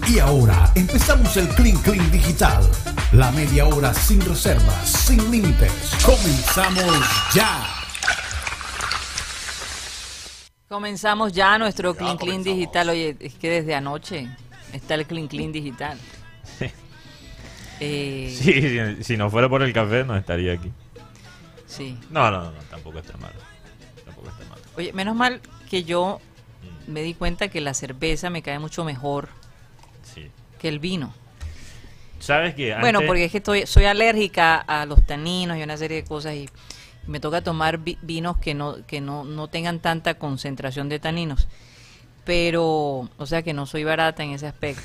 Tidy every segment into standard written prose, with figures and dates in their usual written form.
Y ahora empezamos el Clean Clean Digital. La media hora sin reservas, sin límites. Comenzamos ya. Comenzamos ya nuestro Clean Clean Digital. Oye, es que desde anoche está el Clean Clean Digital. Sí, si no fuera por el café no estaría aquí. Sí. No, tampoco está mal. Oye, menos mal que yo me di cuenta que la cerveza me cae mucho mejor que el vino. ¿Sabes qué? Antes... Bueno, porque es que soy alérgica a los taninos y una serie de cosas y me toca tomar vinos que no tengan tanta concentración de taninos. Pero, o sea que no soy barata en ese aspecto.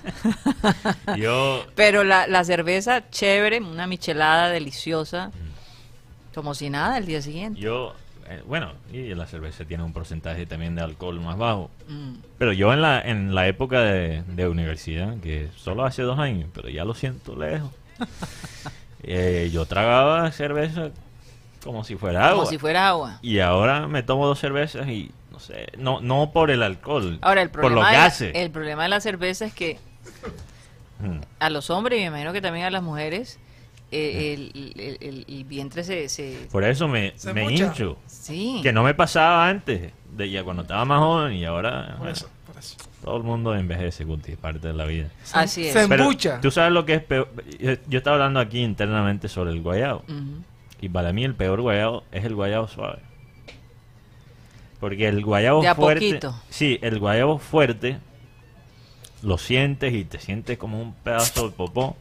Pero la cerveza, chévere, una michelada deliciosa, como si nada el día siguiente. Bueno, y la cerveza tiene un porcentaje también de alcohol más bajo. Pero yo en la época de universidad, que solo hace 2 años, pero ya lo siento lejos, yo tragaba cerveza como si fuera agua. Como si fuera agua. Y ahora me tomo 2 cervezas y no sé, no por el alcohol, ahora, por los gases. El problema de la cerveza es que a los hombres, y me imagino que también a las mujeres, el vientre se por eso me hincho. Sí. Que no me pasaba antes, ya cuando estaba más joven, y ahora Por bueno, eso. todo el mundo envejece, Guti, es parte de la vida. Así es. Se Pero embucha. tú sabes lo que es peor. Yo estaba hablando aquí internamente sobre el guayabo. Y para mí el peor guayabo es el guayabo suave. Porque el guayabo de a fuerte, poquito. sí, el guayabo fuerte lo sientes y te sientes como un pedazo de popó.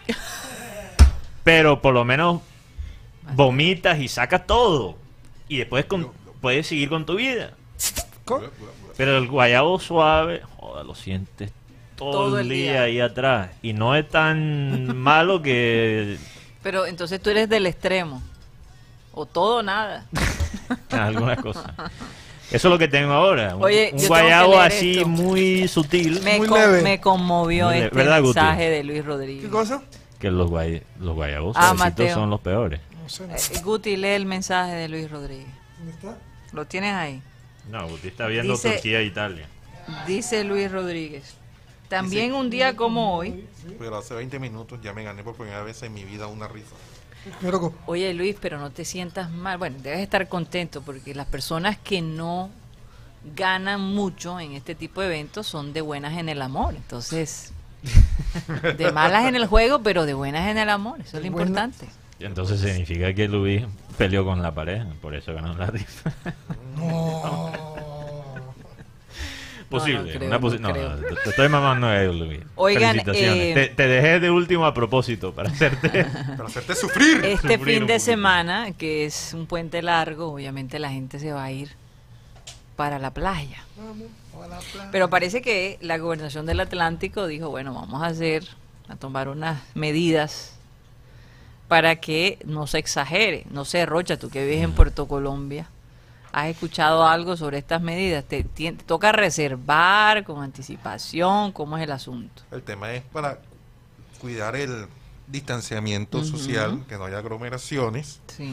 Pero por lo menos vomitas y sacas todo. Y después puedes seguir con tu vida. ¿Cómo? Pero el guayabo suave, joder, lo sientes todo el día ahí atrás. Y no es tan malo que... Pero entonces tú eres del extremo. O todo o nada. algunas cosas. Eso es lo que tengo ahora. Oye, un yo guayabo tengo que leer así esto. muy sutil. Muy leve. Me conmovió Muy leve. este ¿Verdad, Guti? mensaje de Luis Rodríguez. ¿Qué cosa? Que los guayabos Ah, suavecitos Mateo. son los peores. No sé. Guti, lee el mensaje de Luis Rodríguez. ¿Dónde está? ¿Lo tienes ahí? No, Guti está viendo Dice- Turquía e Italia. Dice Luis Rodríguez. También un día como hoy. Pero hace 20 minutos ya me gané por primera vez en mi vida una rifa. Qué loco. Oye, Luis, pero no te sientas mal. Bueno, debes estar contento porque las personas que no ganan mucho en este tipo de eventos son de buenas en el amor. Entonces, de malas en el juego, pero de buenas en el amor. Eso es lo Buena. importante. Y entonces significa que Luis peleó con la pareja, por eso ganó la rifa. No. Posible, creo, una no creo. te estoy mamando a él, Luis. Oigan, felicitaciones. Te dejé de último a propósito para hacerte. Para hacerte sufrir. Este Sufrir fin un de poquito. semana, que es un puente largo, obviamente la gente se va a ir para la playa. Vamos a la playa. Pero parece que la gobernación del Atlántico dijo, bueno, vamos a tomar unas medidas para que no se exagere. No sé, Rocha, tú que vives en Puerto Colombia, ¿has escuchado algo sobre estas medidas? ¿Te toca reservar con anticipación? ¿Cómo es el asunto? El tema es para cuidar el distanciamiento social, que no haya aglomeraciones. Sí.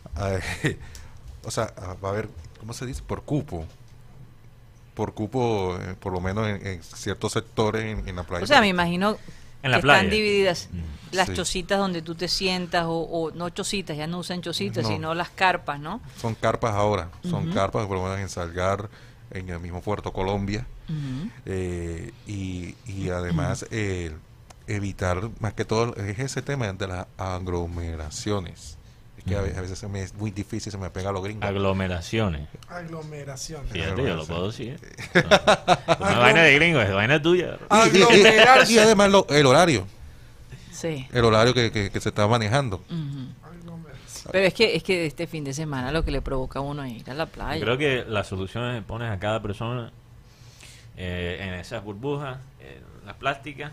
O sea, va a haber, ¿cómo se dice? Por cupo. Por cupo, por lo menos en ciertos sectores en la playa. O sea, me imagino En la que playa. están divididas las Sí. chocitas donde tú te sientas, o no chocitas, ya no usan chocitas, No. sino las carpas, ¿no? Son carpas ahora. Son carpas, por lo menos en Salgar, en el mismo Puerto Colombia. Y además evitar, más que todo, es ese tema de las aglomeraciones. Es que a veces se me es muy difícil, se me pega a los gringos. Aglomeraciones. Aglomeración. Fíjate, yo lo puedo decir. Una vaina de gringo, es vaina tuya. Y además el horario. Sí. El horario que se está manejando. Pero es que este fin de semana lo que le provoca a uno es ir a la playa. Creo que la solución es pones a cada persona en esas burbujas, las plásticas,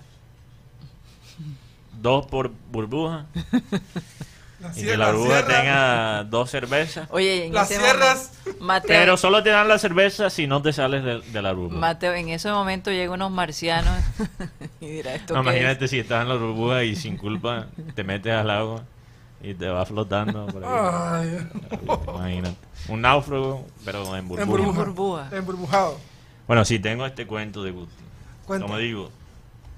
2 por burbuja, y que la burbuja tenga 2 cervezas. Oye, en Las ese sierras. momento, Mateo, Pero solo te dan la cerveza si no te sales de la burbuja. Mateo, en ese momento llegan unos marcianos y dirá esto No, qué es? imagínate si estás en la burbuja y sin culpa te metes al agua y te vas flotando por ahí. Ay, Imagínate. Un náufrago, pero en burbuja. burbuja. Emburbujado. Bueno, sí, tengo este cuento de Guti. Cuenta. Como digo,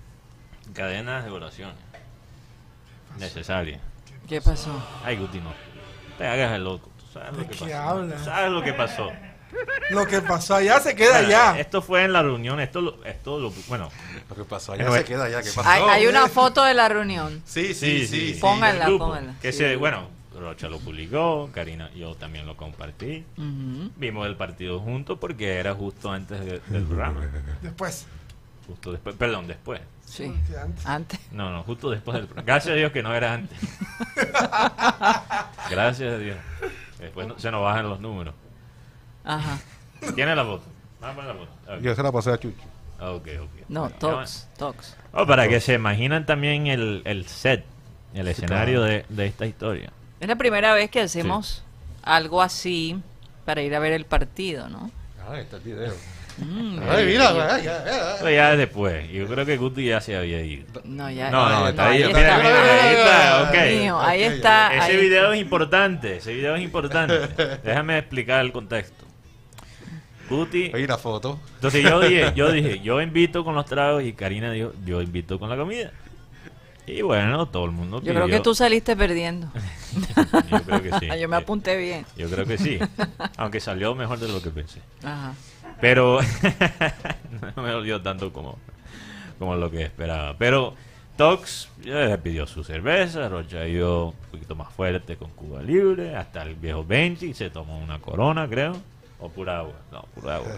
Cadenas de oraciones. Necesarias. ¿Qué pasó? Ay, Guti, no te hagas el loco. ¿Tú sabes ¿De lo que qué pasó? hablas? ¿Tú sabes lo que pasó? Lo que pasó allá se queda Bueno, allá. esto fue en la reunión. Bueno, Lo que pasó allá Bueno, se queda allá. ¿Qué pasó? Hay una foto de la reunión. Sí, sí, sí, sí. Pónganla, del grupo, pónganla. Que Sí. bueno, Rocha lo publicó, Karina, yo también lo compartí. Ujú. Vimos el partido juntos porque era justo antes del programa. Después. Justo después, perdón, después. Sí. Porque antes. Antes. No, justo después del programa. Gracias a Dios que no era antes. Gracias a Dios. Después se nos bajan los números. Ajá. ¿Tiene la foto? Vamos a poner la foto. Ok. Yo se la pasé a Chucho. Ok. No, Bueno, Tox. oh, para que se imaginan también el set, el escenario de esta historia. Es la primera vez que hacemos algo así para ir a ver el partido, ¿no? Ah, está el video. Mm, Ay, mira, Pero ya después. Yo creo que Guti ya se había ido. No, ya. No, está ahí. ahí Mira, está. ahí está, ok. Mijo, ahí Ok, está. Ese ahí. video es importante, Déjame explicar el contexto. Guti, Oye, la foto. entonces yo dije, yo invito con los tragos y Karina dijo, yo invito con la comida. Y bueno, todo el mundo Yo creo que tú saliste perdiendo. Yo creo que sí. Yo me apunté bien. Yo creo que sí. Aunque salió mejor de lo que pensé. Ajá. Pero no me dolió tanto como lo que esperaba. Pero Tox ya pidió su cerveza, Rocha ido un poquito más fuerte con Cuba Libre, hasta el viejo Benji se tomó una Corona, creo, o pura agua. No, pura agua.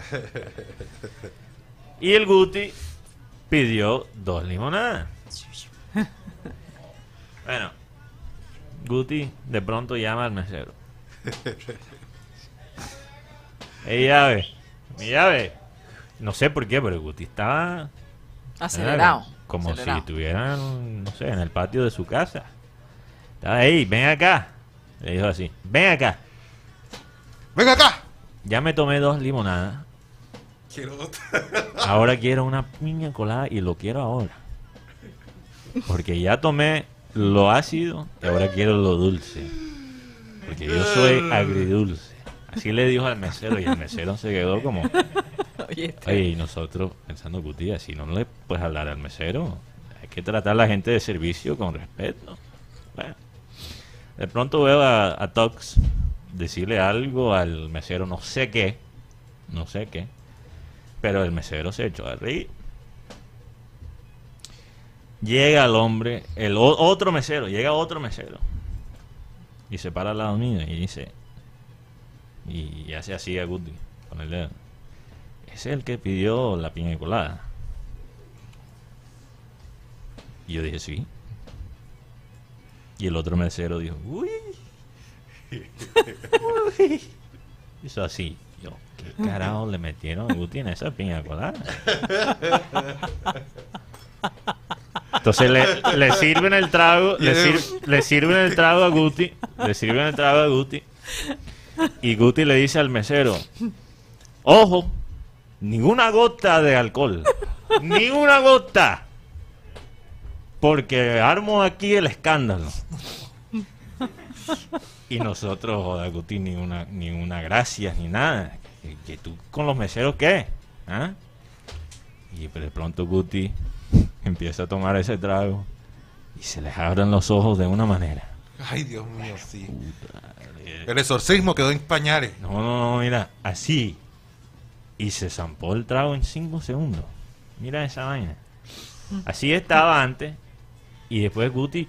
Y el Guti pidió 2 limonadas. Bueno, Guti de pronto llama al mesero. ¡Ey, llave! ¡Mi llave! No sé por qué, pero Guti estaba Acelerado. como acelerado. si estuvieran, no sé, en el patio de su casa. Estaba ahí, ven acá. Le dijo así, ven acá. ¡Venga acá! Ya me tomé 2 limonadas. Quiero otra. Ahora quiero una piña colada y lo quiero ahora. Porque ya tomé lo ácido y ahora quiero lo dulce. Porque yo soy agridulce. Así le dijo al mesero y el mesero se quedó como... Oye, Oye, y nosotros pensando, Guti, si no le puedes hablar al mesero, hay que tratar a la gente de servicio con respeto. Bueno, de pronto veo a Tox decirle algo al mesero, no sé qué, pero el mesero se echó a reír. Llega el hombre, otro mesero, y se para al lado mío y dice, y hace así a Guti con el dedo. Ese es el que pidió la piña colada. Y yo dije, sí. Y el otro mesero dijo, uy. Uy. Hizo así. Yo, ¿qué carajo le metieron a Guti en esa piña colada? Entonces le sirven el trago, le sirven el trago a Guti, y Guti le dice al mesero, ojo, ninguna gota de alcohol, ni una gota, porque armo aquí el escándalo. Y nosotros, joder, Guti, ni una gracias, ni nada. ¿Que tú con los meseros qué? ¿Ah? Y de pronto Guti empieza a tomar ese trago y se les abren los ojos de una manera. Ay, Dios mío, sí. El exorcismo quedó en pañales. No, mira, así. Y se zampó el trago en 5 segundos. Mira esa vaina. Así estaba antes. Y después Guti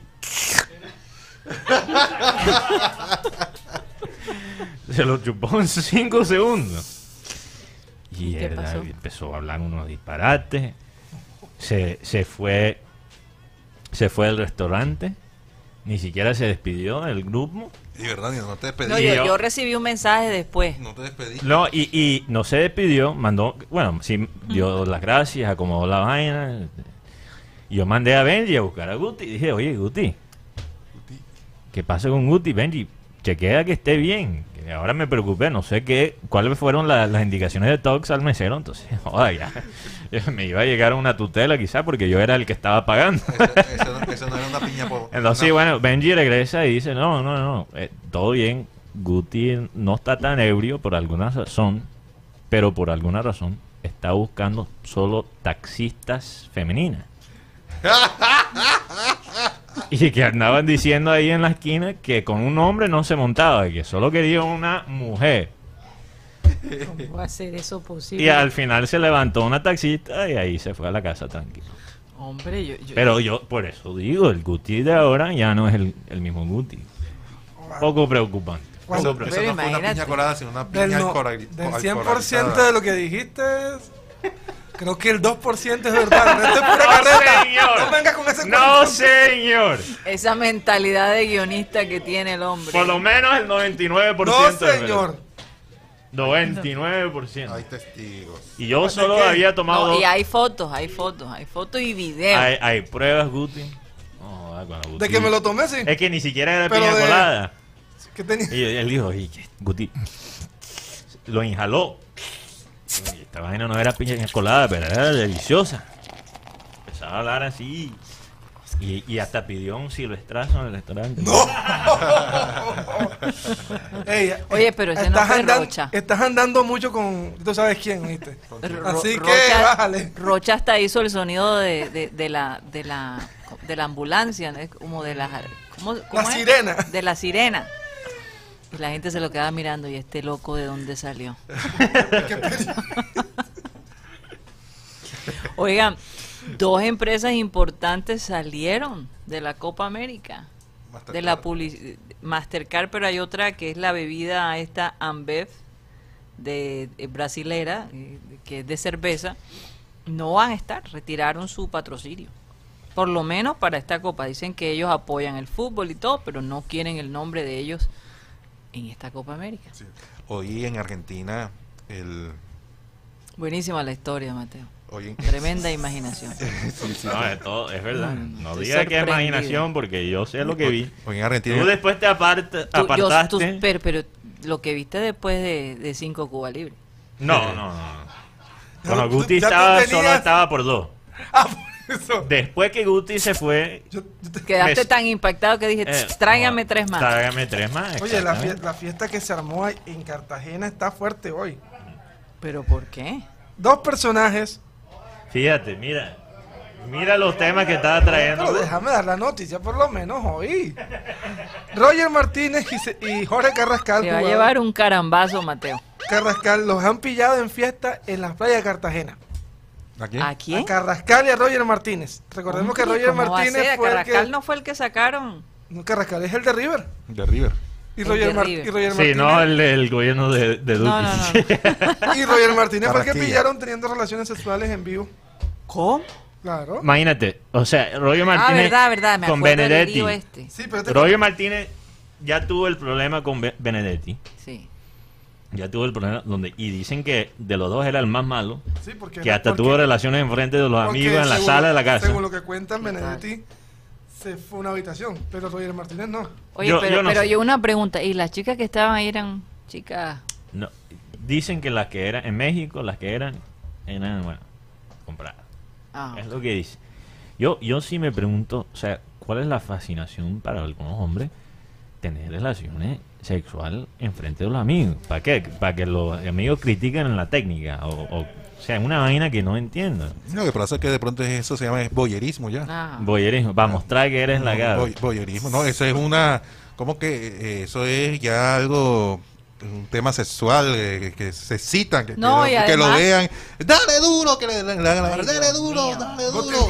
se lo chupó en 5 segundos. Y ¿Qué pasó? empezó a hablar unos disparates. Se fue del restaurante. Ni siquiera se despidió del grupo. Y verdad, no te despedí. No, yo recibí un mensaje después. No te despedí. No, y no se despidió, mandó, bueno, sí dio las gracias, acomodó la vaina. Y yo mandé a Benji a buscar a Guti y dije, oye, Guti, ¿qué pasa con Guti? Benji, chequea que esté bien. Que ahora me preocupé, no sé cuáles fueron las indicaciones de Tox al mesero, entonces, joder, ya me iba a llegar una tutela quizás porque yo era el que estaba pagando. Eso no era una piña por... Entonces, bueno, Benji regresa y dice, no, todo bien, Guti no está tan ebrio por alguna razón, pero por alguna razón está buscando solo taxistas femeninas. Y que andaban diciendo ahí en la esquina que con un hombre no se montaba, que solo quería una mujer. ¿Cómo va a ser eso posible? Y al final se levantó una taxista y ahí se fue a la casa tranquilo. Hombre, Pero yo, por eso digo, el Guti de ahora ya no es el mismo Guti. Poco preocupante. Cuando- Eso, Pero eso no fue una imagínate. piña colada, sino una Del, piña no- alcohol- del alcoholizada. 100% de lo que dijiste, creo que el 2% es verdad. El resto es pura carreta. señor. No vengas con ese ¡No, cuento. señor! esa mentalidad de guionista que tiene el hombre. Por lo menos el 99% No, es verdad. señor. 99%. Hay testigos. Y yo solo había tomado... No, y hay fotos y videos. hay pruebas, Guti. No, con la Guti. De que me lo tomé, sí. Es que ni siquiera era Pero piña de- colada. ¿Qué tenía? Y él dijo, oye, Guti, lo inhaló. Y esta vaina no era piña colada, pero era deliciosa. Empezaba a hablar así. Y hasta pidió un silvestrazo en el restaurante. Ey, Oye, pero ese no fue Rocha. Estás andando mucho con... Tú sabes quién, ¿viste? Así que Rocha, bájale. Rocha hasta hizo el sonido de la ambulancia, ¿no? Como de la... ¿cómo La es? sirena. De la sirena. Y la gente se lo quedaba mirando, y este loco de dónde salió. Oigan, dos empresas importantes salieron de la Copa América. De la Mastercard, pero hay otra que es la bebida esta Ambev de brasilera, que es de cerveza. No van a estar, retiraron su patrocinio. Por lo menos para esta Copa. Dicen que ellos apoyan el fútbol y todo, pero no quieren el nombre de ellos en esta Copa América. Sí. Hoy en Argentina, Buenísima la historia, Mateo. hoy en- Tremenda imaginación. Sí, sí, No, es, todo, es verdad. No Estoy diga que es sorprendido. imaginación porque yo sé lo que vi. Hoy en Argentina. Tú después te apartaste. Pero lo que viste después de 5 Cuba Libre. No. Ya Cuando tú- Guti ya tú estaba, tenías- solo estaba por 2. Ah, por eso. Después que Guti se fue, Quedaste Me- tan impactado que dije, tráigame 3 más. Tráigame 3 más. Oye, exactamente. la fiesta que se armó ahí en Cartagena está fuerte hoy. ¿Pero por qué? Dos personajes. Fíjate, mira los temas que estaba trayendo. Pero déjame dar la noticia por lo menos hoy. Roger Martínez y Jorge Carrascal. Te va a jugador- llevar un carambazo, Mateo. Carrascal los han pillado en fiesta en las playas de Cartagena. ¿A quién? ¿A A quién? Carrascal y a Roger Martínez. Recordemos que Hombre, Roger ¿cómo va a Martínez ser? fue el Carrascal que... no fue el que sacaron. No, Carrascal es el de River. De River. Y El Roger, de River. y Roger Sí, Martínez, no el gobierno de Duque. No. y Roger Martínez fue el que Barranquilla. pillaron teniendo relaciones sexuales en vivo. ¿Cómo? Claro. Imagínate, o sea, Roger Martínez verdad, me con acuerdo del Benedetti. lío este. Sí, pero Roger Martínez ya tuvo el problema con Benedetti. Sí. Ya tuvo el problema y dicen que de los dos era el más malo, sí, porque que hasta porque- tuvo relaciones enfrente de los porque amigos en la según- sala de la casa. Según lo que cuentan, Benedetti se fue a una habitación, pero Roger Martínez no. Oye, Yo pero no sé. yo una pregunta. ¿Y las chicas que estaban ahí eran chicas? No, dicen que las que eran en México, las que eran bueno, compradas. Ah, Es lo que dice. Yo sí me pregunto, o sea, ¿cuál es la fascinación para algunos hombres tener relaciones sexuales enfrente de los amigos? ¿Para qué? ¿Para que los amigos critiquen en la técnica? O sea, es una vaina que no entiendo. Lo que pasa es que de pronto eso se llama boyerismo ya. ah. Voyerismo, para mostrar que eres la cara. Boyerismo, no, eso es una, como que eso es ya algo, un tema sexual, que se excitan, No, y que lo además- vean, dale duro, que le hagan la Ay, dale Dios duro, mío. dale duro,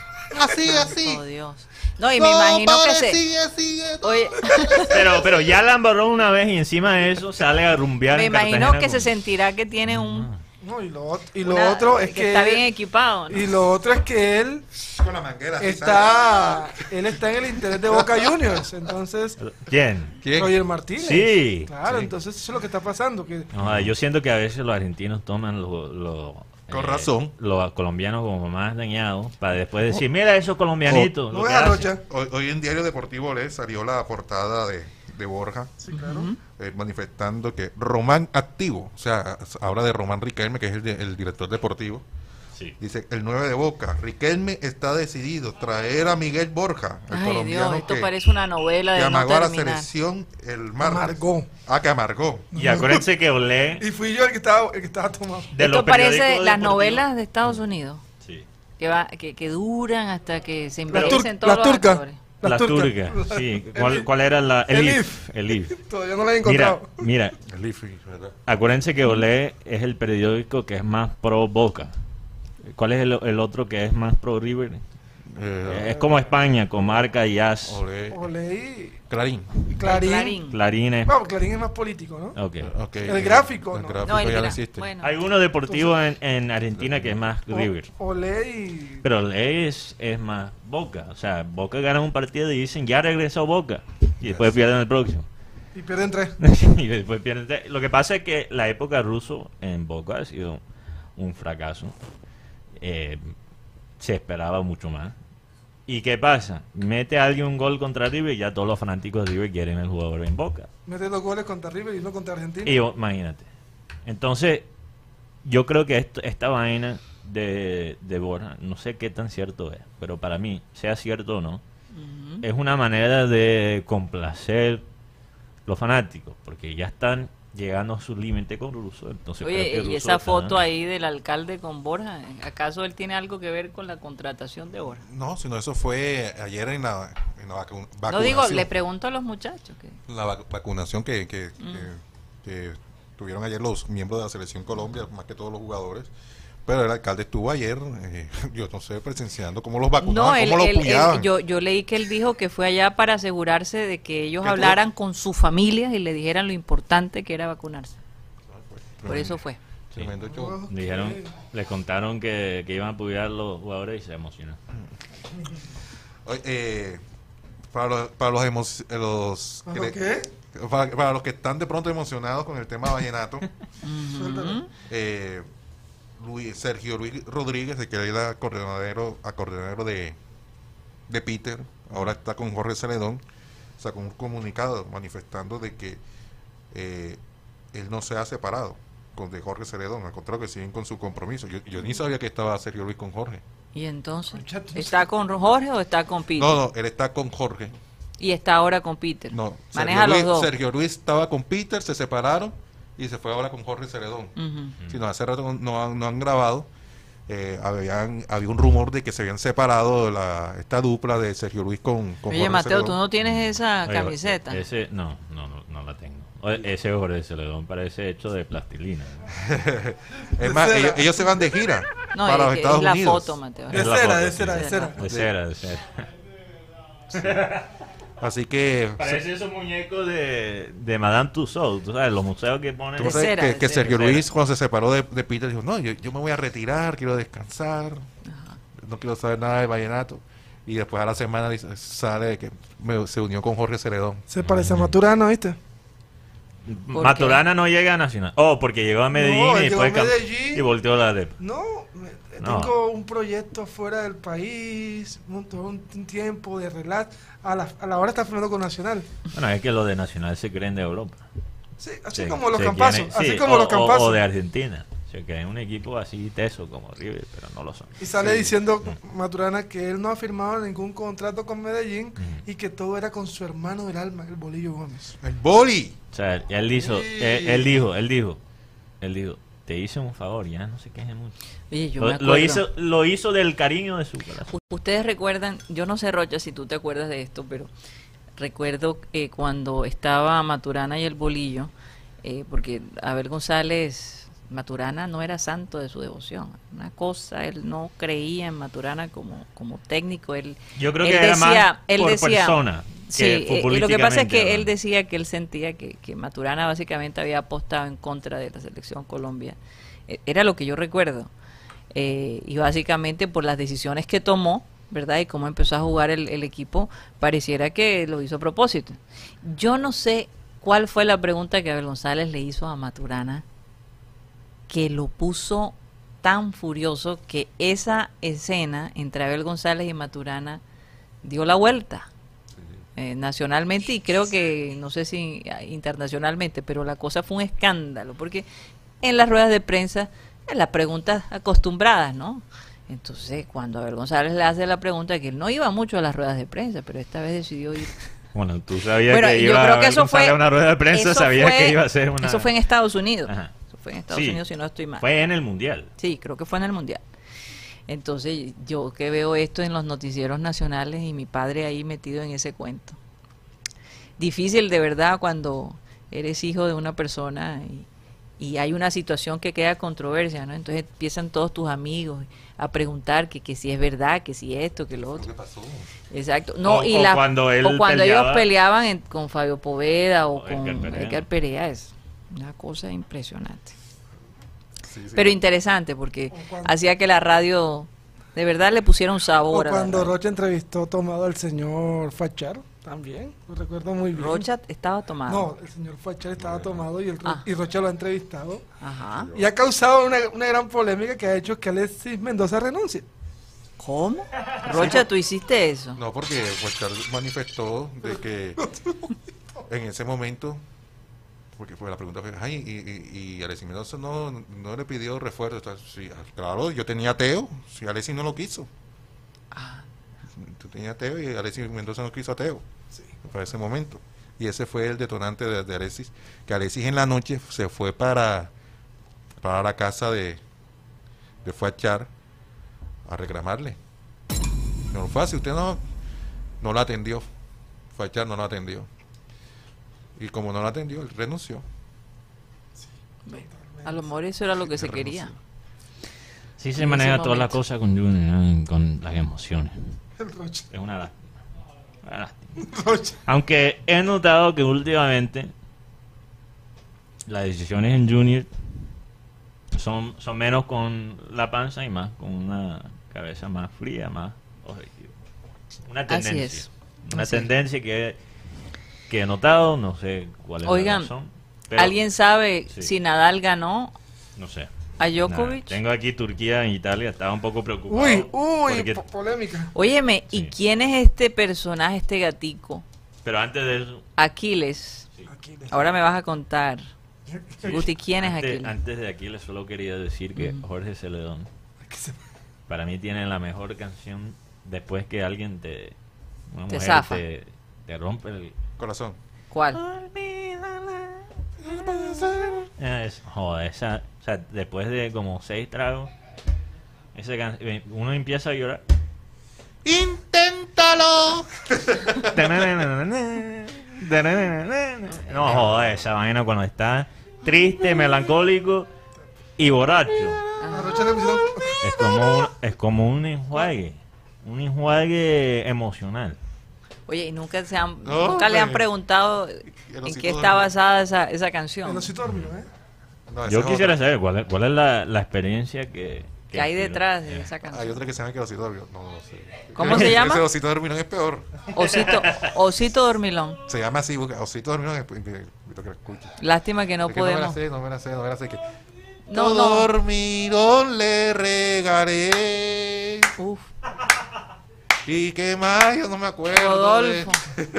así. Oh, Dios. No, y me imagino que se... Sigue. Oye, Pero ya la embarró una vez y encima de eso sale a rumbear. me en imagino Cartagena que se con- sentirá que tiene un... No, y lo una- otro es que está él- bien equipado, ¿no? y lo otro es que él Con la manguera. así, está en el interés de Boca Juniors, entonces ¿Quién? ¿Quién? Roger Martínez. Sí. Claro, Sí. entonces eso es lo que está pasando, que No, yo siento que a veces los argentinos toman Con razón. los colombianos como más dañados para después decir, mira esos colombianitos. no lo que ves a hacen". Rocha. Hoy en Diario Deportivo Le salió la portada de Borja, Sí, claro. manifestando que Román activo, o sea, habla de Román Riquelme, que es el director deportivo. Sí. Dice, el 9 de Boca, Riquelme está decidido traer a Miguel Borja, el Ay, Dios, colombiano esto que, parece una novela que de no amagó a la terminar. selección el martes. Amargó. Que amargó. Y acuérdense que Olé Y fui yo el que estaba tomado. de Esto los parece periódicos las deportivos- novelas de Estados Unidos. Sí. que duran hasta que se Las envejecen todos los turcas. actores. La turca, sí. ¿Cuál era la? El IF. Todavía no la he encontrado. Mira, El IFI, ¿verdad? acuérdense que Olé es el periódico que es más pro Boca. ¿Cuál es el otro que es más pro River? Es como España, con Marca y As. Olé Clarín. y Clarín. Clarín es. Vamos, Clarín es más político, ¿no? Ok. Okay. El gráfico, El ¿no? gráfico No, ya no mira, existe. bueno. Hay uno deportivo en Argentina que es más River. Olé y... Pero Olé es más Boca. O sea, Boca gana un partido y dicen ya regresó Boca. Y después pierden el próximo. Y pierden 3. Y después pierden. Lo que pasa es que la época ruso en Boca ha sido un fracaso. Se esperaba mucho más. ¿Y qué pasa? Mete a alguien un gol contra River y ya todos los fanáticos de River quieren el jugador en Boca. Mete 2 goles contra River y 1 contra Argentina. Y imagínate. Entonces, yo creo que esta vaina de Borja, no sé qué tan cierto es, pero para mí, sea cierto o no, es una manera de complacer los fanáticos, porque ya están llegando a su límite con Russo. Entonces creo Oye, que y Russo esa está- foto ahí del alcalde con Borja, ¿acaso él tiene algo que ver con la contratación de Borja? No, sino eso fue ayer en la vacunación. No digo, le pregunto a los muchachos. La vacunación que tuvieron ayer los miembros de la Selección Colombia, más que todos los jugadores. Pero el alcalde estuvo ayer, yo no sé, presenciando cómo los vacunaban, cómo los puyaban. Yo leí que él dijo que fue allá para asegurarse de que ellos Que hablaran con sus familias y le dijeran lo importante que era vacunarse. Por eso fue. Sí. Tremendo show. Dijeron, les contaron que iban a apoyar los jugadores y se emocionaron. Oye, para ¿Qué? para los que están de pronto emocionados con el tema vallenato, Suéltalo. Sergio Luis Rodríguez, que era coordinador de Peter, ahora está con Jorge Celedón, sacó un comunicado manifestando de que él no se ha separado de Jorge Celedón, al contrario que siguen con su compromiso. Yo ni sabía que estaba Sergio Luis con Jorge. ¿Y entonces? Muchachos. ¿Está con Jorge o está con Peter? No, él está con Jorge. Y está ahora con Peter. No, Maneja los dos. Sergio Luis estaba con Peter, se separaron y se fue ahora con Jorge Celedón. Ujú. Si no, hace rato no han grabado. Había un rumor de que se habían separado esta dupla de Sergio Luis con Oye, Jorge Mateo, ¿tú Celedón. no tienes esa Oye, camiseta? No la tengo. Ese Jorge Celedón parece hecho de plastilina. Es más, ellos se van de gira No, para los es Estados la Unidos. foto, Mateo. De Es la cera, foto, de sí. cera, de Sí. cera. De cera. Así que Parece esos muñecos de Madame Tussauds, tú sabes, los museos que ponen. tú De sabes cera, que, de que cera. Sergio De cera. Luis cuando se separó de Peter dijo, no, yo me voy a retirar, quiero descansar, no quiero saber nada de vallenato. Y después a la semana sale que se unió con Jorge Celedón. Se parece a Maturana, ¿viste? ¿Por Maturana no llega a Nacional. Oh, porque llegó a Medellín No, y él llegó después a Medellín. y volteó la de. No, No. tengo un proyecto fuera del país, todo un tiempo de relax. A la hora está firmando con Nacional. Bueno, es que los de Nacional se creen de Europa. Sí, así Se- como los se campazos. quieren- Así sí, como los campazos. O de Argentina. Se creen un equipo así teso como River, pero no lo son. Y sale diciendo Maturana que él no ha firmado ningún contrato con Medellín y que todo era con su hermano del alma, el Bolillo Gómez. ¡El boli! O sea, él hizo, Sí. él dijo, te hice un favor, ya no se queje mucho. Oye, yo me Lo acuerdo. hizo del cariño de su corazón. Ustedes recuerdan, yo no sé, Rocha, si tú te acuerdas de esto, pero recuerdo cuando estaba Maturana y el Bolillo, porque Abel González, Maturana no era santo de su devoción. Una cosa, él no creía en Maturana como técnico. Yo creo él que era decía- más por persona Sí, que y lo que pasa es que futbolísticamente, él ¿no? decía que él sentía que Maturana básicamente había apostado en contra de la selección Colombia. Era lo que yo recuerdo. Y básicamente por las decisiones que tomó, ¿verdad? Y cómo empezó a jugar el equipo, pareciera que lo hizo a propósito. Yo no sé cuál fue la pregunta que Abel González le hizo a Maturana, que lo puso tan furioso que esa escena entre Abel González y Maturana dio la vuelta. Nacionalmente y creo que, no sé si internacionalmente, pero la cosa fue un escándalo, porque en las ruedas de prensa, en las preguntas acostumbradas, ¿no? Entonces, cuando Abel González le hace la pregunta, que él no iba mucho a las ruedas de prensa, pero esta vez decidió ir. Bueno, tú sabías Bueno, que yo iba creo a que eso González fue- a una rueda de prensa, eso sabías fue- que iba a ser una... Eso fue en Estados Unidos. Ajá. Eso fue en Estados Sí. Unidos, si no estoy mal. Fue en el Mundial. Sí, creo que fue en el Mundial. Entonces yo que veo esto en los noticieros nacionales y mi padre ahí metido en ese cuento. Difícil de verdad cuando eres hijo de una persona y hay una situación que queda controversia, ¿no? Entonces empiezan todos tus amigos a preguntar que si es verdad, que si esto, que lo otro. ¿Qué pasó? Exacto. No, cuando él o cuando ellos peleaba peleaban con Fabio Poveda o Edgar con Perea. Edgar Perea, es una cosa impresionante. Sí, sí. Pero interesante porque O cuando- hacía que la radio de verdad le pusiera un O sabor a la cuando radio. Rocha entrevistó tomado al señor Fachar, también, lo recuerdo muy bien. Rocha estaba tomado. No, el señor Fachar estaba tomado y, Ah. y Rocha lo ha entrevistado. Ajá. Y ha causado una gran polémica que ha hecho que Alexis Mendoza renuncie. ¿Cómo? Rocha, ¿tú hiciste eso? No, porque Huachar manifestó de que en ese momento, porque fue la pregunta fue, ay, y Alexis Mendoza no le pidió refuerzo. Sí, claro, yo tenía a Teo, si Alexis no lo quiso. Tú tenías a Teo y Alexis Mendoza no quiso a Teo. Para ese momento. Y ese fue el detonante de Alexis, que Alexis en la noche se fue para la casa de Huachar a reclamarle. No fue así, usted no la atendió. Huachar no la atendió. Y como no la atendió, él renunció. A lo mejor eso era lo que se quería. Sí se en maneja ese toda la momento. cosa con Junior, ¿no? Con las emociones. El Rocha. Es una lástima. Una lástima. Rocha. Aunque he notado que últimamente las decisiones en Junior son menos con la panza y más con una cabeza más fría, más objetiva. Una tendencia. es. Una Así es. tendencia que he notado, no sé cuál es Oigan, la razón. Pero, ¿alguien sabe sí. si Nadal ganó no sé. a Djokovic? Nada. Tengo aquí Turquía e Italia, estaba un poco preocupado. Uy, porque- polémica. Óyeme, ¿y Sí. quién es este personaje, este gatico? pero antes de eso, Aquiles. Aquí Ahora me vas a contar. Gusti, ¿quién es Aquiles? antes de Aquiles solo quería decir que Ujú. Jorge Celedón que se- para mí tiene la mejor canción después que alguien una mujer zafa. te rompe el Corazón. ¿Cuál? joder, o sea, después de como 6 tragos uno empieza a llorar. ¡Inténtalo! No, joder, esa vaina cuando está triste, melancólico y borracho. A Rocha le pusieron... Es como un enjuague emocional. Oye, ¿y nunca, No, nunca le han hombre. preguntado El en osito qué está dormido. basada esa canción? El osito dormido, ¿eh? No, esa Yo es quisiera otra. saber cuál es la experiencia que ¿Qué hay inspiró. detrás de Eh. esa canción? Hay otra que se llama que el osito dormido. No sé. ¿Cómo se llama? Ese osito dormido es peor. Osito Dormilón. Se llama así, busca, osito dormido. Invito a que lo escuche. Lástima que no Es que no me la podemos. sé, no me la sé, no me la sé. Que... No, Todo no. dormidón le regaré. Uf, ¿Y qué más? Yo no me acuerdo. Rodolfo.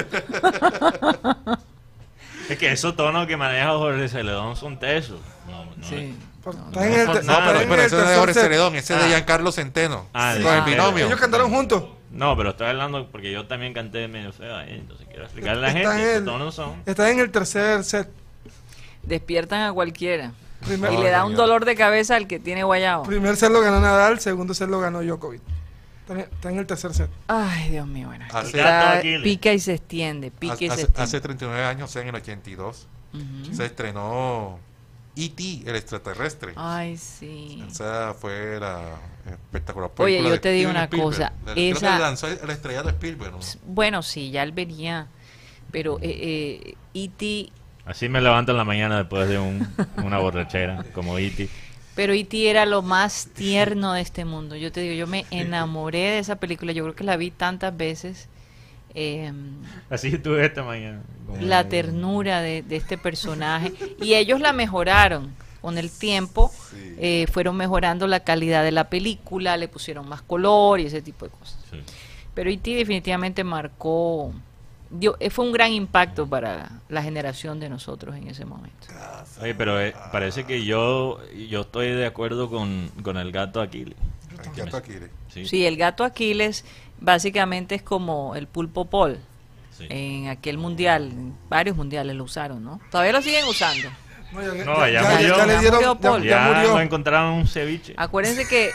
Es que esos tonos que maneja Jorge Celedón son tesos. Sí. Está en el, por está nada, No, en pero el ese no es de tercer Jorge set. Celedón, ese es de Giancarlo Centeno. Ah, con el sí. binomio. Ellos cantaron juntos. No, pero estoy hablando porque yo también canté medio feo ahí, entonces quiero explicarle a la Está gente en que el- tonos son. Está en el tercer set. Despiertan a cualquiera. Primer, Y No, le da un señor. dolor de cabeza al que tiene guayabo. primer set lo ganó Nadal, segundo set lo ganó Djokovic. Está en el tercer set. Ay, Dios mío, bueno. Hace- Está- Aquiles. pica y se extiende, pica y se Hace, extiende. hace 39 años, o sea, en el 82, Ujú. se estrenó E.T., el extraterrestre. Ay, sí. Esa fue la espectacular Oye, película yo de te digo Steven una Spielberg. cosa, Creo que esa- le lanzó el estrellato a Spielberg, ¿no? Bueno, sí, ya él venía. Pero E.T. Así me levanto en la mañana después de una borrachera, como Iti. Pero E.T. era lo más tierno de este mundo. Yo te digo, yo me enamoré de esa película. Yo creo que la vi tantas veces. Así estuve esta mañana. como- La ternura de este personaje. Y ellos la mejoraron. Con el tiempo Sí. fueron mejorando la calidad de la película, le pusieron más color y ese tipo de cosas. Sí. Pero E.T. definitivamente marcó, fue un gran impacto para la generación de nosotros en ese momento. Oye, pero parece que yo estoy de acuerdo con el gato Aquiles. Aquí hasta aquí. Sí, Sí, el gato Aquiles básicamente es como el pulpo Paul. sí. En aquel mundial, en varios mundiales lo usaron, ¿no? Todavía lo siguen usando. No, ya, No, ya murió. le Ya dieron, murió Paul. Ya ya murió. lo encontraron un ceviche. Acuérdense que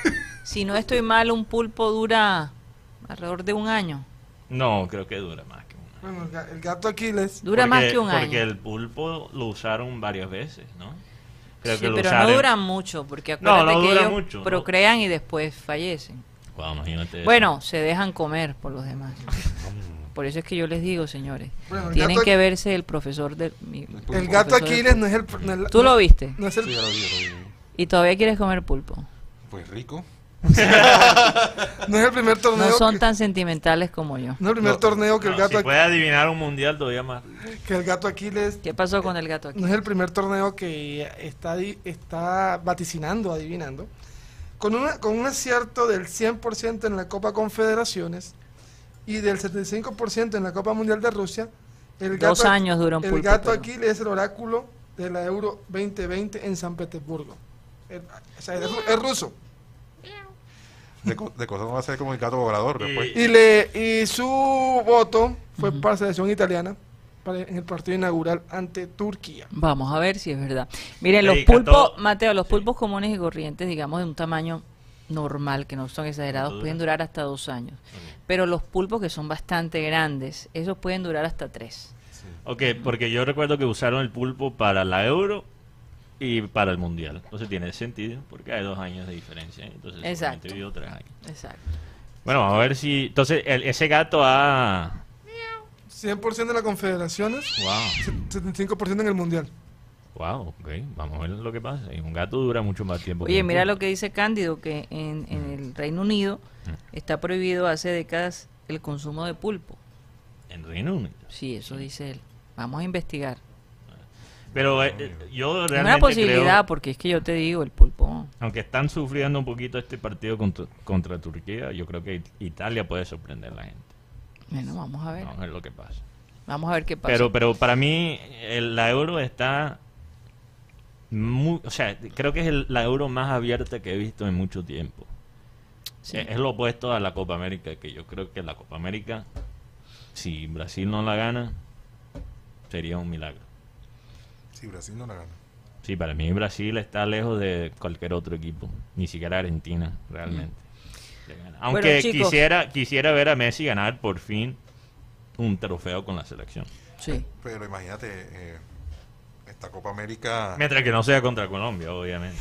Si no estoy mal, un pulpo dura alrededor de un año. No, creo que dura más que un año. Bueno, el gato Aquiles. Dura más que un Porque año. el pulpo lo usaron varias veces, ¿no? Creo Sí, que lo pero usaron. no duran mucho, porque No, acuérdate no que dura ellos mucho, ¿no? procrean y después fallecen. Wow, imagínate eso. Bueno, se dejan comer por los demás. Por eso es que yo les digo, señores, Bueno, el tienen gato- que verse el profesor del... El gato Aquiles no es el. No es la- ¿Tú lo viste? No es el, Sí, ya lo vi. ¿Y todavía quieres comer pulpo? Pues rico. no es el primer torneo. No son que, tan sentimentales como yo. no es el primer No, torneo que el No, gato si puede adivinar un mundial todavía más. que el gato Aquiles. ¿Qué pasó con el gato aquí? No es el primer torneo que está vaticinando, adivinando. Con un acierto del 100% en la Copa Confederaciones y del 75% en la Copa Mundial de Rusia, el 2 años dura un el pulpo. gato pero- Aquiles es el oráculo de la Euro 2020 en San Petersburgo. O sea, es ruso. De cosas no va a ser como el gato volador después. Y su voto fue para la selección italiana en el partido inaugural ante Turquía. Vamos a ver si es verdad. Miren, los Ey, pulpos, Cato- Mateo, los sí. pulpos comunes y corrientes, digamos de un tamaño normal, que no son exagerados, ¿Cuánto pueden durar hasta 2 años. Pero los pulpos que son bastante grandes, esos pueden durar hasta 3. Ok, porque yo recuerdo que usaron el pulpo para la Euro y para el Mundial. Entonces tiene sentido, porque hay 2 años de diferencia. Entonces Exacto. solamente vivió 3 años. Exacto. Bueno, vamos a ver si... Entonces, ese gato ha... 100% en las confederaciones, Wow. 75% en el mundial. Wow, ok. Vamos a ver lo que pasa. Y un gato dura mucho más tiempo. Oye, un mira pulpo. lo que dice Cándido, que en el Reino Unido está prohibido hace décadas el consumo de pulpo. En Reino Unido. Sí, eso dice él. Vamos a investigar. Pero yo Es realmente una posibilidad, creo, porque es que yo te digo, el pulpo... aunque están sufriendo un poquito este partido contra Turquía, yo creo que Italia puede sorprender a la gente. Bueno, vamos a ver. Vamos a ver lo que pasa. Vamos a ver qué pasa. Pero para mí la Euro está o sea, creo que es la Euro más abierta que he visto en mucho tiempo. Sí. Es lo opuesto a la Copa América, que yo creo que la Copa América, si Brasil no la gana, sería un milagro. Si Brasil no la gana. Sí, para mí Brasil está lejos de cualquier otro equipo, ni siquiera Argentina, realmente. Le gana. Aunque Bueno, chicos. quisiera ver a Messi ganar por fin un trofeo con la selección. Sí. Pero imagínate, esta Copa América. Mientras que no sea contra Colombia, obviamente.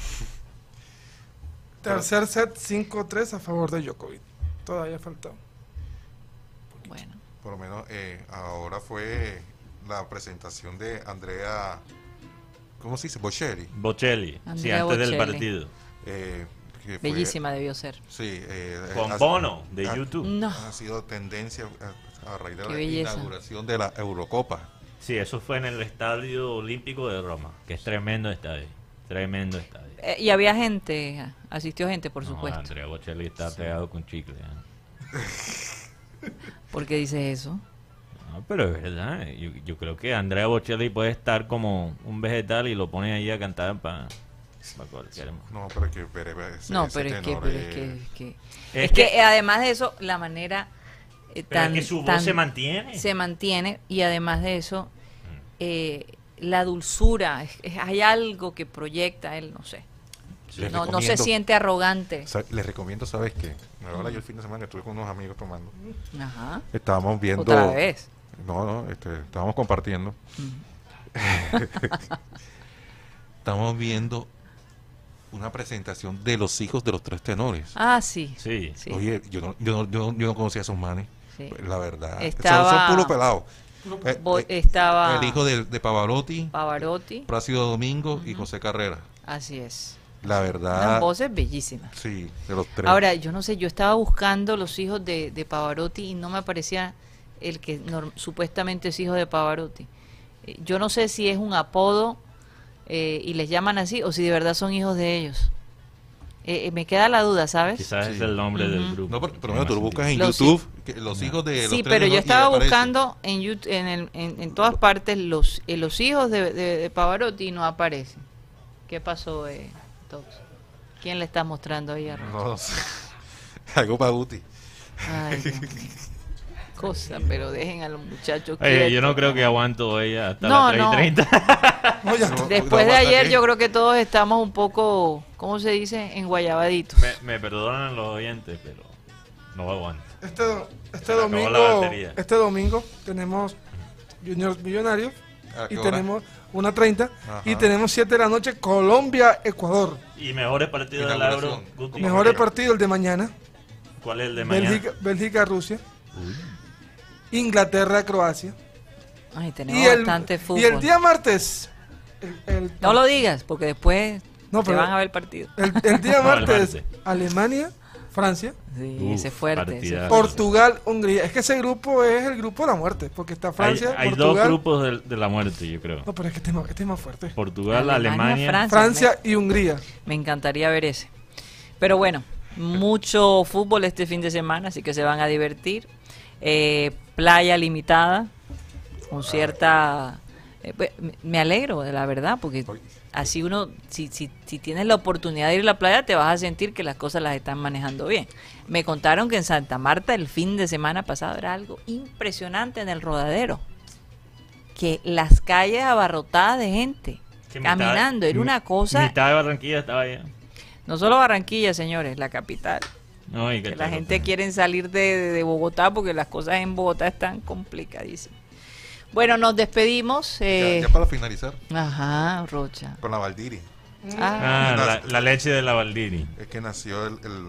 Tercer set 5-3 a favor de Djokovic. Todavía falta. Bueno. Por lo menos ahora fue la presentación de Andrea. ¿Cómo se dice? Bocelli. Bocelli, sí, Andrea antes del Bocelli. partido. Que fue- Bellísima debió ser. Sí. Con ha- Bono, de ha- YouTube. No. Ha sido tendencia a raíz de Qué la belleza. inauguración de la Eurocopa. Sí, eso fue en el Estadio Olímpico de Roma, que es tremendo estadio. Tremendo estadio. Y había gente, asistió gente, por No, supuesto. Andrea Bocelli está pegado con chicle. ¿eh? ¿Por qué dices eso? No, pero es verdad. Yo creo que Andrea Bocelli puede estar como un vegetal y lo pone ahí a cantar para cualquier... No, pero es que. No, ese pero es que, tenor pero es que, Es es que- que además de eso, la manera Pero tan, es que su voz tan- se mantiene. se mantiene, y además de eso, la dulzura, hay algo que proyecta él, no sé. Les No se recomiendo- siente arrogante. Les recomiendo, ¿sabes qué? Ahora yo el fin de semana estuve con unos amigos tomando. Ajá. Estábamos viendo. Otra vez. No, estábamos compartiendo. Estamos viendo una presentación de los hijos de los tres tenores. Ah, sí. Sí. Sí. Oye, yo no conocía a esos manes. Sí. La verdad. Estaba- Son puros pelados. Estaba El hijo de Pavarotti, Pavarotti, Plácido Domingo y José Carrera. así es. La Unas verdad. voces bellísimas. Sí, de los tres. Ahora, yo no sé, yo estaba buscando los hijos de Pavarotti y no me aparecía el que supuestamente es hijo de Pavarotti. Yo no sé si es un apodo y les llaman así o si de verdad son hijos de ellos. Me queda la duda, ¿sabes? Quizás Sí. es el nombre del Ujú. grupo. No, pero Tiene bueno, tú lo más buscas en Los YouTube, los hijos de los Sí, tres pero yo y estaba aparece. buscando en todas partes los hijos de Pavarotti y no aparecen. ¿Qué pasó, Tox? ¿Quién le está mostrando ahí a Rocha? No sé. Algo para Guti. Ay, Dios mío. cosa, pero dejen a los muchachos Oye, yo quietos. no creo que aguanto ella hasta No, las 3:30. No, ya No, Después no de aguanta ayer qué. yo creo que todos estamos un poco, ¿cómo se dice? Enguayabaditos. Me perdonan los oyentes, pero no aguanto. Este, este Se le acabó la domingo, batería. este domingo tenemos Juniors Millonarios ¿A qué y hora? tenemos 1:30 Ajá. y tenemos 7 de la noche Colombia-Ecuador. Y mejores partidos del Euro. Inauguración. Guti. Mejores partidos el de mañana. ¿Cuál es el de mañana? Bélgica-Rusia. Inglaterra-Croacia. Ay, tenemos Y el, bastante fútbol. y el día martes. No lo digas, porque después No, te pero- van a ver el partido. El día No, el martes, martes. Alemania, Francia, Sí, Uf, ese es fuerte. ese es partidazo. fuerte. Portugal, Hungría. Es que ese grupo es el grupo de la muerte, porque está Francia, hay dos Portugal. grupos de la muerte, yo creo. No, pero es que este es más fuerte. Portugal, Alemania, Alemania. Francia y Hungría. Me encantaría ver ese. Pero bueno, mucho fútbol este fin de semana, así que se van a divertir. Playa limitada, con cierta... pues, me alegro, de la verdad, porque así uno, si tienes la oportunidad de ir a la playa, te vas a sentir que las cosas las están manejando bien. Me contaron que en Santa Marta el fin de semana pasado era algo impresionante en el Rodadero. Que las calles abarrotadas de gente, Que mitad- caminando, era una cosa... Mitad de Barranquilla estaba allá. No solo Barranquilla, señores, la capital. No, y Que la tal, gente otra. quiere salir de Bogotá porque las cosas en Bogotá están complicadísimas. Bueno, nos despedimos. Ya para finalizar, Ajá, Rocha. con la Valdiri. Ah, La leche de la Valdiri. Es que nació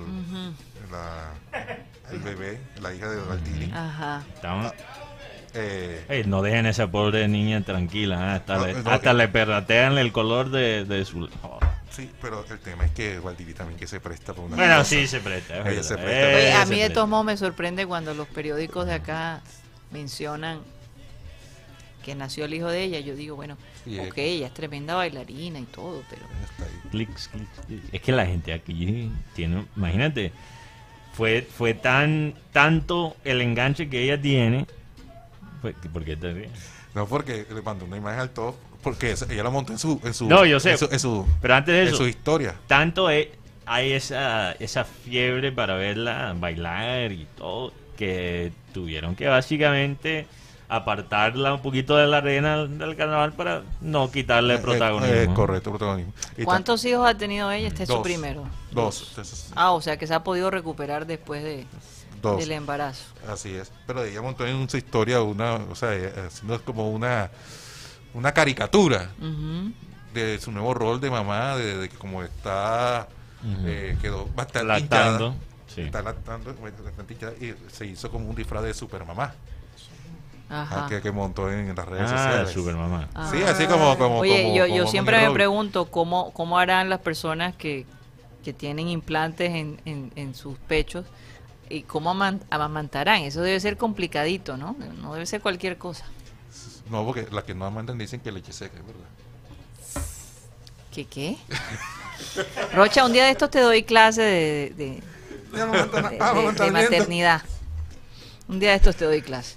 el bebé, la hija de Valdiri. ajá. Estamos- Eh, no dejen a esa pobre niña tranquila. Hasta, No, le, no, hasta que- le perratean el color de su... oh. sí, pero el tema es que Valdiri también que se presta por una Bueno, cosa. sí, se presta. es Ella verdad. se presta. Oye, Ella a se mí de presta. todos modos me sorprende cuando los periódicos de acá mencionan que nació el hijo de ella. Yo digo, bueno, Sí, ok, ella es tremenda bailarina y todo, pero... Está ahí. Clics, clics, clics. Es que la gente aquí tiene, imagínate, fue tanto el enganche que ella tiene. ¿Por qué te ríes? No, porque le mandó una imagen al top, porque ella la montó en su No, yo sé. en su, Pero antes de en eso, su historia. tanto hay esa fiebre para verla bailar y todo, que tuvieron que básicamente apartarla un poquito de la arena del carnaval para no quitarle protagonismo. Correcto, protagonismo. Y ¿Cuántos hijos ha tenido ella? Este es su Dos. primero. Dos. Entonces, Ah, o sea que se ha podido recuperar después dos. del embarazo. Así es. Pero ella montó en su historia o sea, haciendo como una caricatura Ujú. de su nuevo rol de mamá, de que como está, Ujú. quedó bastante Lactando. hinchada. Sí. Está lactando, bastante hinchada, y se hizo como un disfraz de supermamá, Ajá. que montó en las redes Ah, sociales. Supermamá. Ah. Sí, así como Oye, como- yo como siempre Bonnie me Roll. pregunto cómo harán las personas que tienen implantes en sus pechos y cómo amamantarán. Eso debe ser complicadito, ¿no? No debe ser cualquier cosa. No, porque las que no amantan dicen que leche seca, es verdad. ¿Qué? Rocha, un día de estos te doy clase de De amamantamiento. maternidad. Un día de estos te doy clase.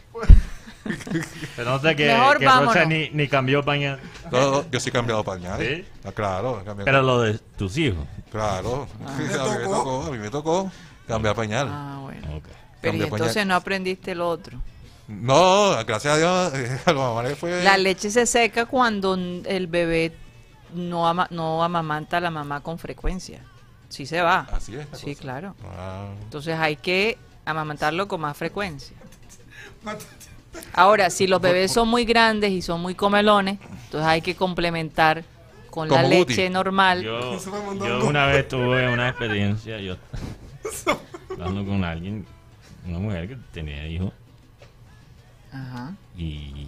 Se nota que Mejor Rocha vámonos. ni cambió pañal. No, yo sí he cambiado pañales. ¿Sí? Ah, claro, he cambiado. Pero lo de tus hijos. Claro, Ah. a mí me tocó cambiar pañal. Ah, bueno. Ok. Pero y Cambia entonces pañal. no aprendiste lo otro. No, gracias a Dios, a los mamás les fue... La leche se seca cuando el bebé no amamanta a la mamá con frecuencia. Sí se va. Así es. la Sí, cosa. claro. Ah, Entonces hay que amamantarlo con más frecuencia. Ahora, si los bebés son muy grandes y son muy comelones, entonces hay que complementar con la Como leche Guti. normal. Yo una vez tuve una experiencia, yo hablando con alguien, una mujer que tenía hijos, Ajá. y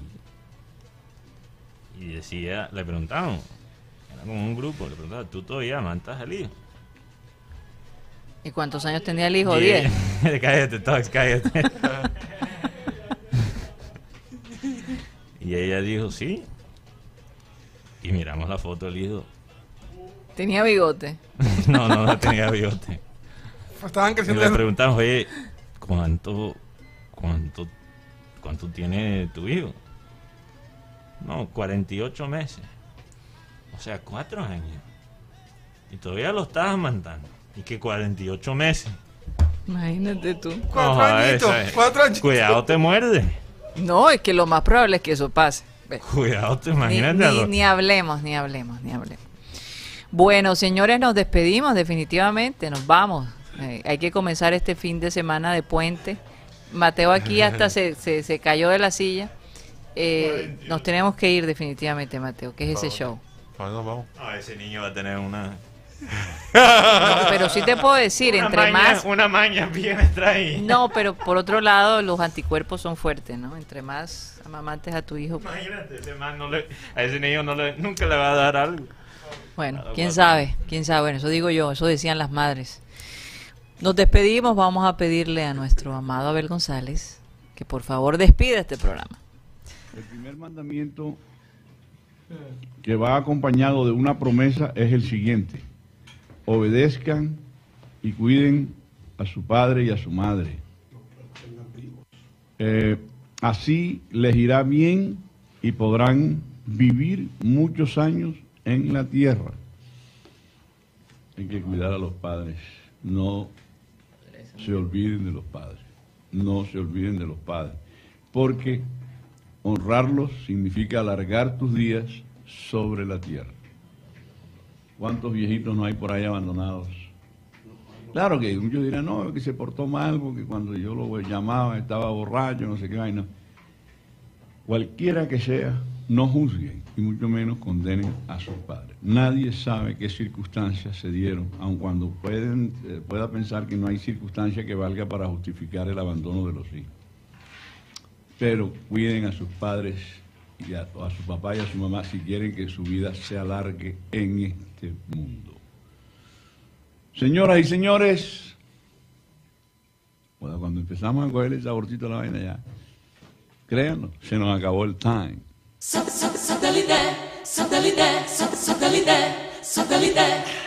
decía, le preguntaban, era como un grupo, le preguntaban, ¿tú todavía amantas al hijo? ¿Y cuántos años tenía el hijo? Y 10. ella- cállate, Tox, cállate. Y ella dijo, sí. Y miramos la foto del hijo. Tenía bigote. No tenía bigote. Estaban Y creciendo. le preguntamos, oye, ¿cuánto tiene tu hijo? No, 48 meses. O sea, 4 años. Y todavía lo estás amamantando. Y que 48 meses. Imagínate tú. 4 Ojo, añitos, esa es. 4 añitos. Cuidado, te muerde. No, es que lo más probable es que eso pase. Ve. Cuidado, te Ni, imagínate. ni hablemos. Bueno, señores, nos despedimos definitivamente, nos vamos. Hay que comenzar este fin de semana de puente. Mateo aquí hasta se cayó de la silla. Nos tenemos que ir definitivamente, Mateo. ¿Qué es ese show? Nos vamos. No, ese niño va a tener una... No, pero sí te puedo decir, Una maña bien extraída. No, pero por otro lado, los anticuerpos son fuertes, ¿no? Entre más amamantes a tu hijo. Imagínate, a ese niño nunca le va a dar algo. Bueno, Claro, quién claro. sabe, bueno, eso digo yo, eso decían las madres. Nos despedimos, vamos a pedirle a nuestro amado Abel González que por favor despida este programa. El primer mandamiento que va acompañado de una promesa es el siguiente: obedezcan y cuiden a su padre y a su madre. Así les irá bien y podrán vivir muchos años en la tierra. Hay que cuidar a los padres, no se olviden de los padres, no se olviden de los padres, porque honrarlos significa alargar tus días sobre la tierra. ¿Cuántos viejitos no hay por ahí abandonados? Claro que muchos dirán, no, que se portó mal, porque cuando yo lo llamaba estaba borracho, no sé qué vaina. Cualquiera que sea, no juzguen y mucho menos condenen a sus padres. Nadie sabe qué circunstancias se dieron, aun cuando pueda pensar que no hay circunstancia que valga para justificar el abandono de los hijos. Pero cuiden a sus padres y a su papá y a su mamá si quieren que su vida se alargue en este mundo. Señoras y señores, cuando empezamos a coger el saborcito de la vaina ya, créanlo, se nos acabó el time. Satellite.